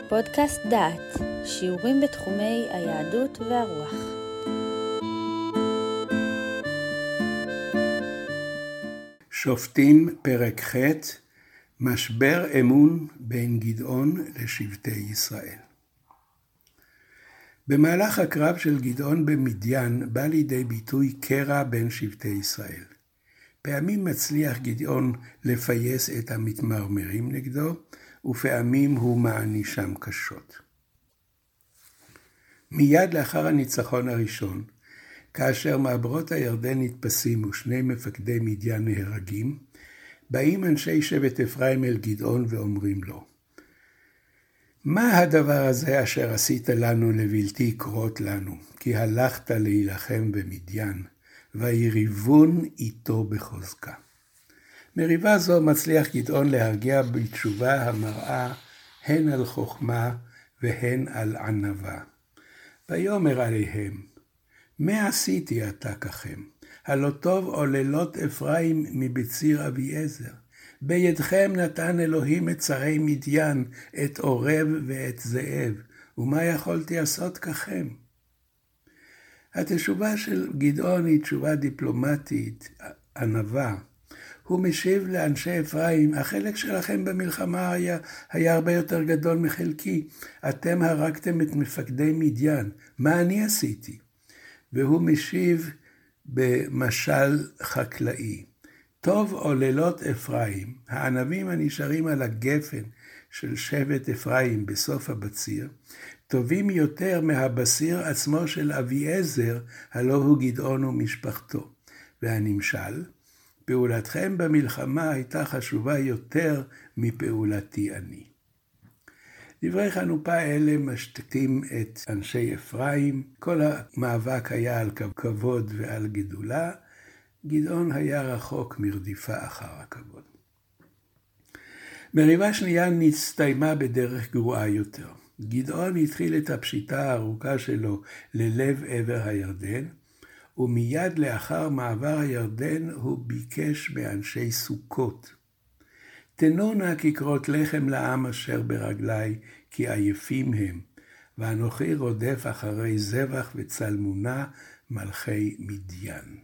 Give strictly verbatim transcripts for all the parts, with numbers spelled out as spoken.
פודקאסט דעת, שיעורים בתחומי היהדות והרוח. שופטים פרק ח' משבר אמון בין גדעון לשבטי ישראל. במהלך הקרב של גדעון במדיין בא לידי ביטוי קרע בין שבטי ישראל. פעמים מצליח גדעון לפייס את המתמרמרים נגדו, ופעמים הוא מענישם קשות. מיד לאחר הניצחון הראשון, כאשר מעברות הירדן נתפסים ושני מפקדי מדיין נהרגים, באים אנשי שבט אפרים אל גדעון ואומרים לו, מה הדבר הזה אשר עשית לנו לבלתי קרות לנו, כי הלכת להילחם במדיין, ויריבון איתו בחוזקה. מריבה זו מצליח גדעון להרגיע בתשובה המראה הן על חוכמה והן על ענווה. ויאמר עליהם, מה עשיתי עתה ככם? הלא טוב עוללות אפרים מבציר אביעזר. בידכם נתן אלוהים את שרי מדיין, את עורב ואת זאב, ומה יכולתי לעשות ככם? התשובה של גדעון היא תשובה דיפלומטית, ענווה. הוא משיב לאנשי אפרים, החלק שלכם במלחמה היה, היה הרבה יותר גדול מחלקי. אתם הרגתם את מפקדי מדיין, מה אני עשיתי? והוא משיב במשל חקלאי. טוב עוללות אפרים, הענבים הנשארים על הגפן של שבט אפרים בסוף הבציר, טובים יותר מהבסיר עצמו של אביעזר, הלא הוא גדעון ומשפחתו. והנמשל, פעולתכם במלחמה הייתה חשובה יותר מפעולתי אני. דברי חנופה אלה משתקים את אנשי אפרים, כל המאבק היה על כבוד ועל גדולה, גדעון היה רחוק מרדיפה אחר הכבוד. מריבה שנייה נסתיימה בדרך גרועה יותר. גדעון התחיל את הפשיטה הארוכה שלו ללב עבר הירדן, ומיד לאחר מעבר הירדן הוא ביקש מאנשי סוכות. תנו נא ככרות לחם לעם אשר ברגלי, כי עייפים הם, ואנוכי רודף אחרי זבח וצלמונה מלכי מדיין.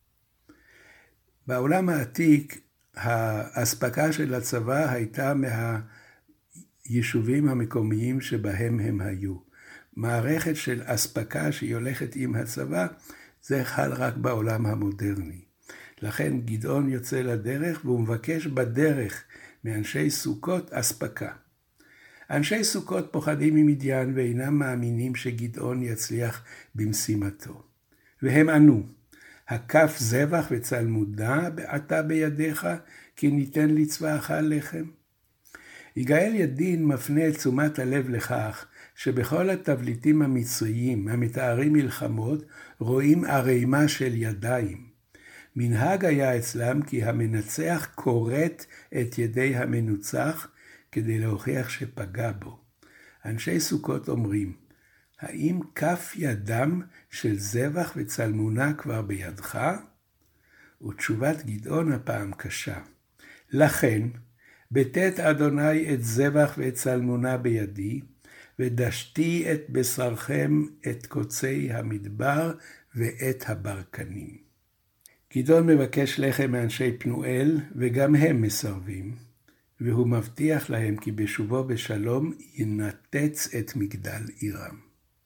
בעולם העתיק, האספקה של הצבא הייתה מהיישובים המקומיים שבהם הם היו. מערכת של אספקה שהיא הולכת עם הצבא, זה חל רק בעולם המודרני. לכן גדעון יוצא לדרך והוא מבקש בדרך מאנשי סוכות אספקה. אנשי סוכות פוחדים ממדיין ואינם מאמינים שגדעון יצליח במשימתו. והם ענו, הקף זבח וצלמודה בעתה בידיך, כי ניתן לצבאך לחם. יגאל ידין מפנה את תשומת הלב לכך, שבכל התבליטים המצריים המתארים מלחמות רואים ערימה של ידיים. מנהג היה אצלם כי המנצח קורט את ידי המנוצח כדי להוכיח שפגע בו. אנשי סוכות אומרים, האם כף ידם של זבח וצלמונה כבר בידך? ותשובת גדעון הפעם קשה. לכן, בתת אדוני את זבח ואת צלמונה בידי, ודשתי את בשרכם את קוצי המדבר ואת הברקנים. גדעון מבקש לחם מאנשי פנואל, וגם הם מסרבים, והוא מבטיח להם כי בשובו בשלום ינתץ את מגדל עירם.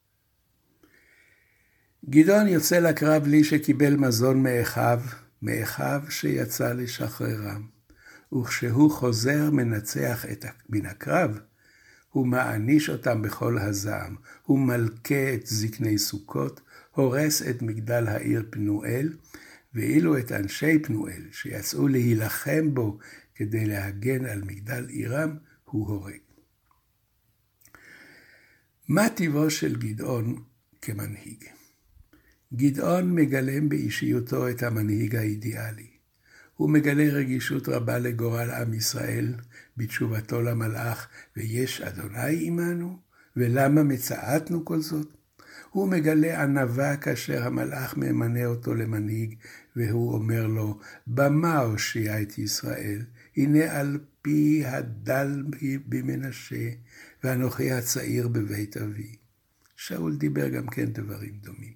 גדעון יוצא לקרב בלי שקיבל מזון מאחיו, מאחיו שיצא לשחררם, וכשהוא חוזר מנצח את מן הקרב, הוא מעניש אותם בכל הזעם, הוא מלכה את זקני סוכות, הורס את מגדל העיר פנואל, ואילו את אנשי פנואל שיצאו להילחם בו כדי להגן על מגדל עירם, הוא הורג. מה טיבו של גדעון כמנהיג? גדעון מגלם באישיותו את המנהיג האידיאלי. הוא מגלה רגישות רבה לגורל עם ישראל בתשובתו למלאך, ויש אדוני עמנו, ולמה מצאתנו כל זאת? הוא מגלה ענווה כאשר המלאך ממנה אותו למנהיג, והוא אומר לו, במה הושיע את ישראל? הנה על פי הדל במנשה, ואנוכי הצעיר בבית אבי. שאול דיבר גם כן דברים דומים.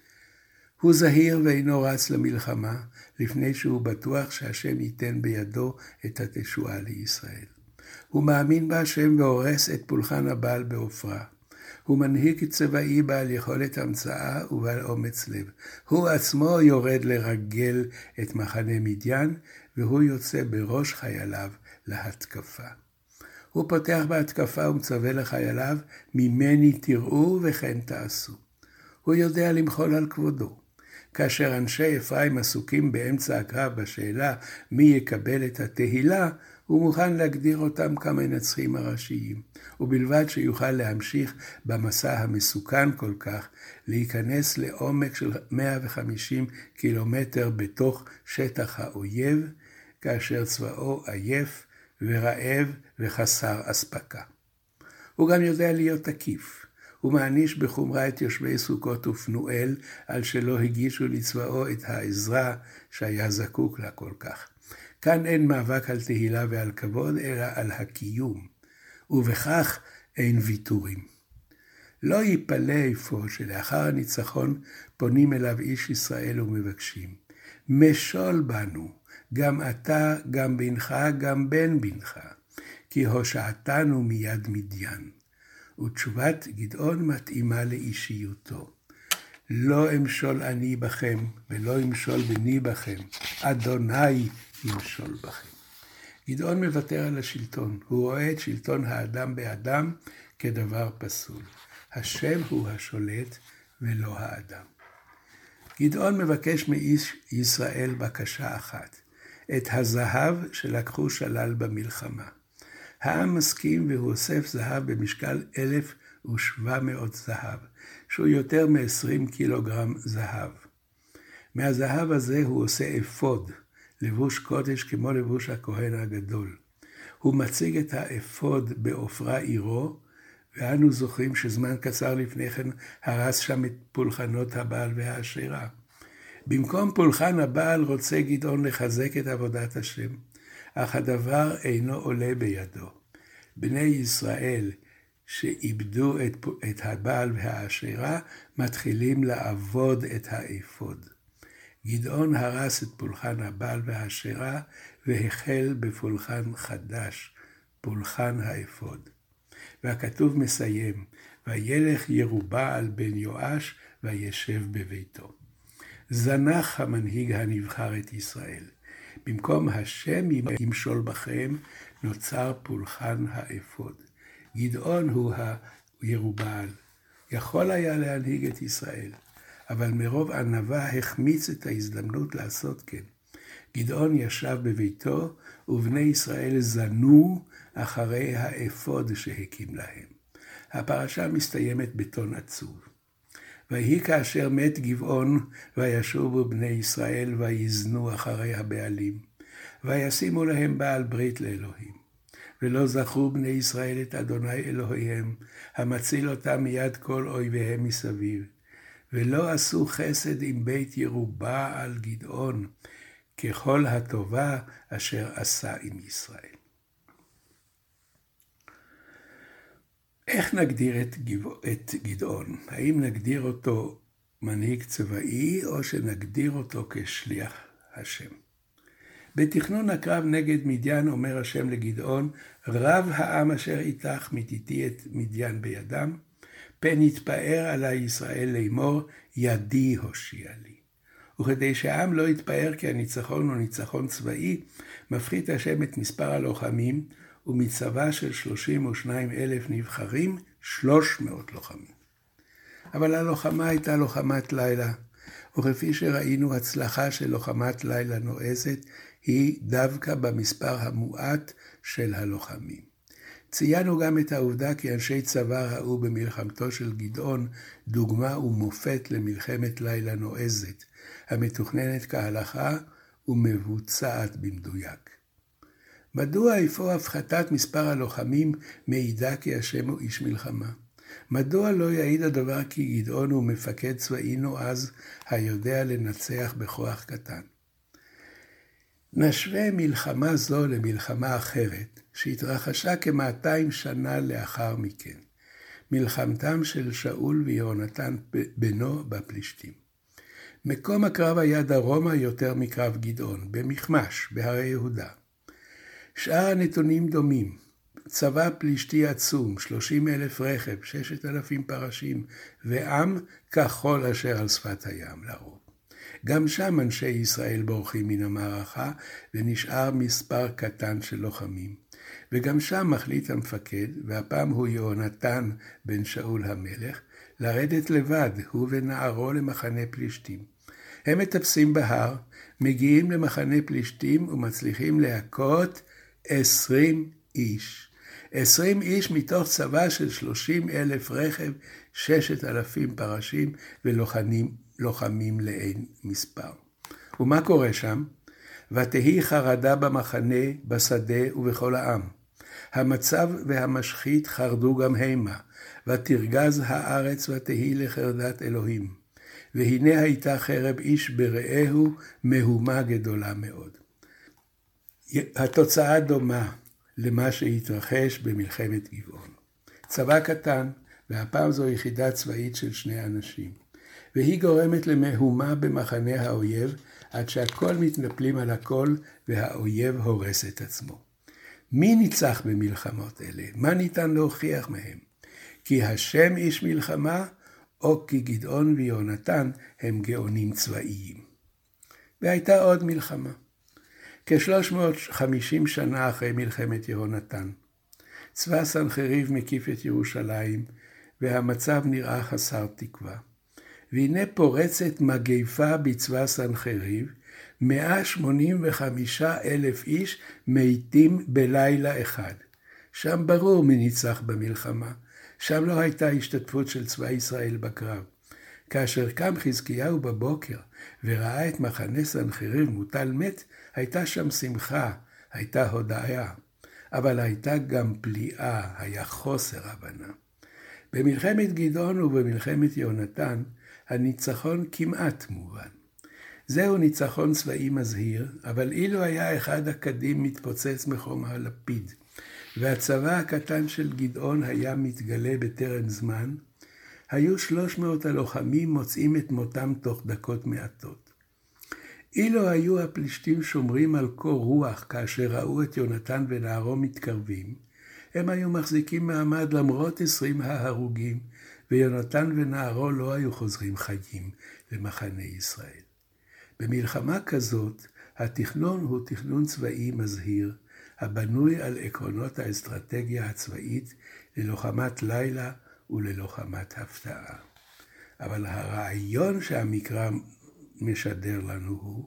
הוא זהיר ואינו רץ למלחמה, לפני שהוא בטוח שהשם ייתן בידו את התשועה לישראל. הוא מאמין בהשם והורס את פולחן הבעל בעופרה. הוא מנהיג צבאי בעל יכולת המצאה ובעל אומץ לב. הוא עצמו יורד לרגל את מחנה מדיין, והוא יוצא בראש חייליו להתקפה. הוא פותח בהתקפה ומצווה לחייליו, ממני תראו וכן תעשו. הוא יודע למחול על כבודו. כאשר אנשי אפרים עסוקים באמצע הקרב בשאלה מי יקבל את התהילה, הוא מוכן להגדיר אותם כמנצחים הראשיים, ובלבד שיוכל להמשיך במסע המסוכן כל כך, להיכנס לעומק של מאה וחמישים קילומטר בתוך שטח האויב, כאשר צבאו עייף ורעב וחסר אספקה. הוא גם יודע להיות תקיף. הוא מעניש בחומרה את יושבי סוכות ופנואל על שלא הגישו לצבאו את העזרה שהיה זקוק לה כל כך. כאן אין מאבק על תהילה ועל כבוד, אלא על הקיום, ובכך אין ויתורים. לא ייפלא אפוא שלאחר הניצחון פונים אליו איש ישראל ומבקשים, משול בנו, גם אתה, גם בנך, גם בן בנך, כי הושעתנו מיד מדיין. ותשובת גדעון מתאימה לאישיותו. לא אמשול אני בכם, ולא אמשול בני בכם, אדוני ימשול בכם. גדעון מוותר על השלטון, הוא רואה את שלטון האדם באדם כדבר פסול. השם הוא השולט ולא האדם. גדעון מבקש מאיש ישראל בקשה אחת, את הזהב שלקחו שלל במלחמה. העם מסכים והוא אוסף זהב במשקל אלף ושבע מאות זהב, שהוא יותר מ-עשרים קילוגרם זהב. מהזהב הזה הוא עושה אפוד, לבוש קודש כמו לבוש הכהן הגדול. הוא מציג את האפוד בעופרה עירו, ואנו זוכרים שזמן קצר לפני כן הרס שם את פולחנות הבעל והאשרה. במקום פולחן הבעל רוצה גדעון לחזק את עבודת השם, אך הדבר אינו עולה בידו. בני ישראל שאיבדו את, את הבעל והאשרה מתחילים לעבוד את האפוד. גדעון הרס את פולחן הבעל והאשרה והחל בפולחן חדש, פולחן האפוד. והכתוב מסיים, וילך ירובעל בן יואש וישב בביתו. זנח המנהיג הנבחר את ישראל. במקום השם ימשול בכם, נוצר פולחן האפוד. גדעון הוא הירובעל. יכול היה להנהיג את ישראל, אבל מרוב ענווה החמיץ את ההזדמנות לעשות כן. גדעון ישב בביתו, ובני ישראל זנו אחרי האפוד שהקים להם. הפרשה מסתיימת בטון עצוב. ויהי כאשר מת גבעון, וישובו בני ישראל ויזנו אחרי הבעלים, וישימו להם בעל ברית לאלוהים. ולא זכרו בני ישראל את אדוני אלוהיהם, המציל אותם מיד כל אויביהם מסביב. ולא עשו חסד עם בית ירובעל גדעון, ככל הטובה אשר עשה עם ישראל. איך נגדיר את, את גדעון? האם נגדיר אותו מנהיג צבאי, או שנגדיר אותו כשליח השם? בתכנון הקרב נגד מדיין אומר השם לגדעון, רב העם אשר איתך מתיתי את מדיין בידם, פן יתפאר עלי ישראל לאמור, ידי הושיע לי. וכדי שהעם לא יתפאר כי הניצחון הוא ניצחון צבאי, מפחית השם את מספר הלוחמים, ומצבא של שלושים ושניים אלף נבחרים, שלוש מאות לוחמים. אבל הלוחמה הייתה לוחמת לילה, וכפי שראינו, הצלחה של לוחמת לילה נועזת היא דווקא במספר המועט של הלוחמים. ציינו גם את העובדה כי אנשי צבא ראו במלחמתו של גדעון דוגמה ומופת למלחמת לילה נועזת, המתוכננת כהלכה ומבוצעת במדויק. מדוע אפוא הפחתת מספר הלוחמים מעידה כי השם הוא איש מלחמה? מדוע לא יעיד הדבר כי גדעון הוא מפקד צבאי נועז היודע לנצח בכוח קטן? נשווה מלחמה זו למלחמה אחרת, שהתרחשה כמאתיים שנה לאחר מכן, מלחמתם של שאול ויהונתן בנו בפלישתים. מקום הקרב היה דרומה יותר מקרב גדעון, במכמש, בהרי יהודה. שאר הנתונים דומים, צבא פלישתי עצום, שלושים אלף רכב, ששת אלפים פרשים, ועם כחול אשר על שפת הים לרוב. גם שם אנשי ישראל בורחים מן המערכה, ונשאר מספר קטן של לוחמים. וגם שם מחליט המפקד, והפעם הוא יהונתן בן שאול המלך, לרדת לבד, הוא ונערו למחנה פלישתים. הם מטפסים בהר, מגיעים למחנה פלישתים ומצליחים להכות עשרים איש. עשרים איש מתוך צבא של שלושים אלף רכב, ששת אלפים פרשים ולוחמים לוחמים לאין מספר. ומה קורה שם? ותהי חרדה במחנה, בשדה ובכל העם. המצב והמשחית חרדו גם המה, ותרגז הארץ ותהי לחרדת אלוהים. והנה הייתה חרב איש ברעהו מהומה גדולה מאוד. התוצאה דומה למה שהתרחש במלחמת גבעון. צבא קטן, והפעם זו יחידה צבאית של שני אנשים. והיא גורמת למהומה במחנה האויב, עד שהכל מתנפלים על הכל, והאויב הורס את עצמו. מי ניצח במלחמות אלה? מה ניתן להוכיח מהם? כי השם איש מלחמה, או כי גדעון ויהונתן הם גאונים צבאיים. והייתה עוד מלחמה. כ-שלוש מאות וחמישים שנה אחרי מלחמת יהונתן. צבא סנחריב מקיף את ירושלים, והמצב נראה חסר תקווה. והנה פורצת מגפה בצבא סנחריב, מאה שמונים וחמישה אלף איש מתים בלילה אחד. שם ברור מי ניצח במלחמה. שם לא הייתה השתתפות של צבא ישראל בקרב. כאשר קם חזקיהו בבוקר וראה את מחנה סנחריב מוטל מת, הייתה שם שמחה, הייתה הודעה. אבל הייתה גם פליאה, היה חוסר הבנה. במלחמת גדעון ובמלחמת יהונתן, הניצחון כמעט מובן. זהו ניצחון צבאי מזהיר, אבל אילו היה אחד הקדים מתפוצץ מחום הלפיד, והצבא הקטן של גדעון היה מתגלה בטרם זמן, היו שלוש מאות הלוחמים מוצאים את מותם תוך דקות מעטות. אילו היו הפלישתים שומרים על קור רוח כאשר ראו את יהונתן ונערו מתקרבים, הם היו מחזיקים מעמד למרות עשרים ההרוגים, ויונתן ונערו לא היו חוזרים חיים למחנה ישראל. במלחמה כזאת, התכנון הוא תכנון צבאי מזהיר, הבנוי על עקרונות האסטרטגיה הצבאית ללוחמת לילה וללוחמת הפתעה. אבל הרעיון שהמקרא משדר לנו הוא,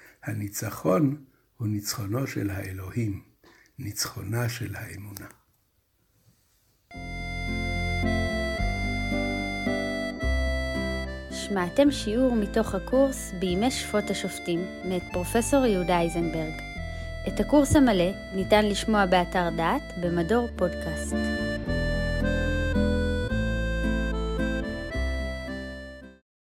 הניצחון הוא ניצחונו של האלוהים, ניצחונה של האמונה. שמעתם שיעור מתוך הקורס בימי שפוט השופטים מאת פרופסור יהודה אייזנברג. את הקורס המלא ניתן לשמוע באתר דעת במדור פודקאסט.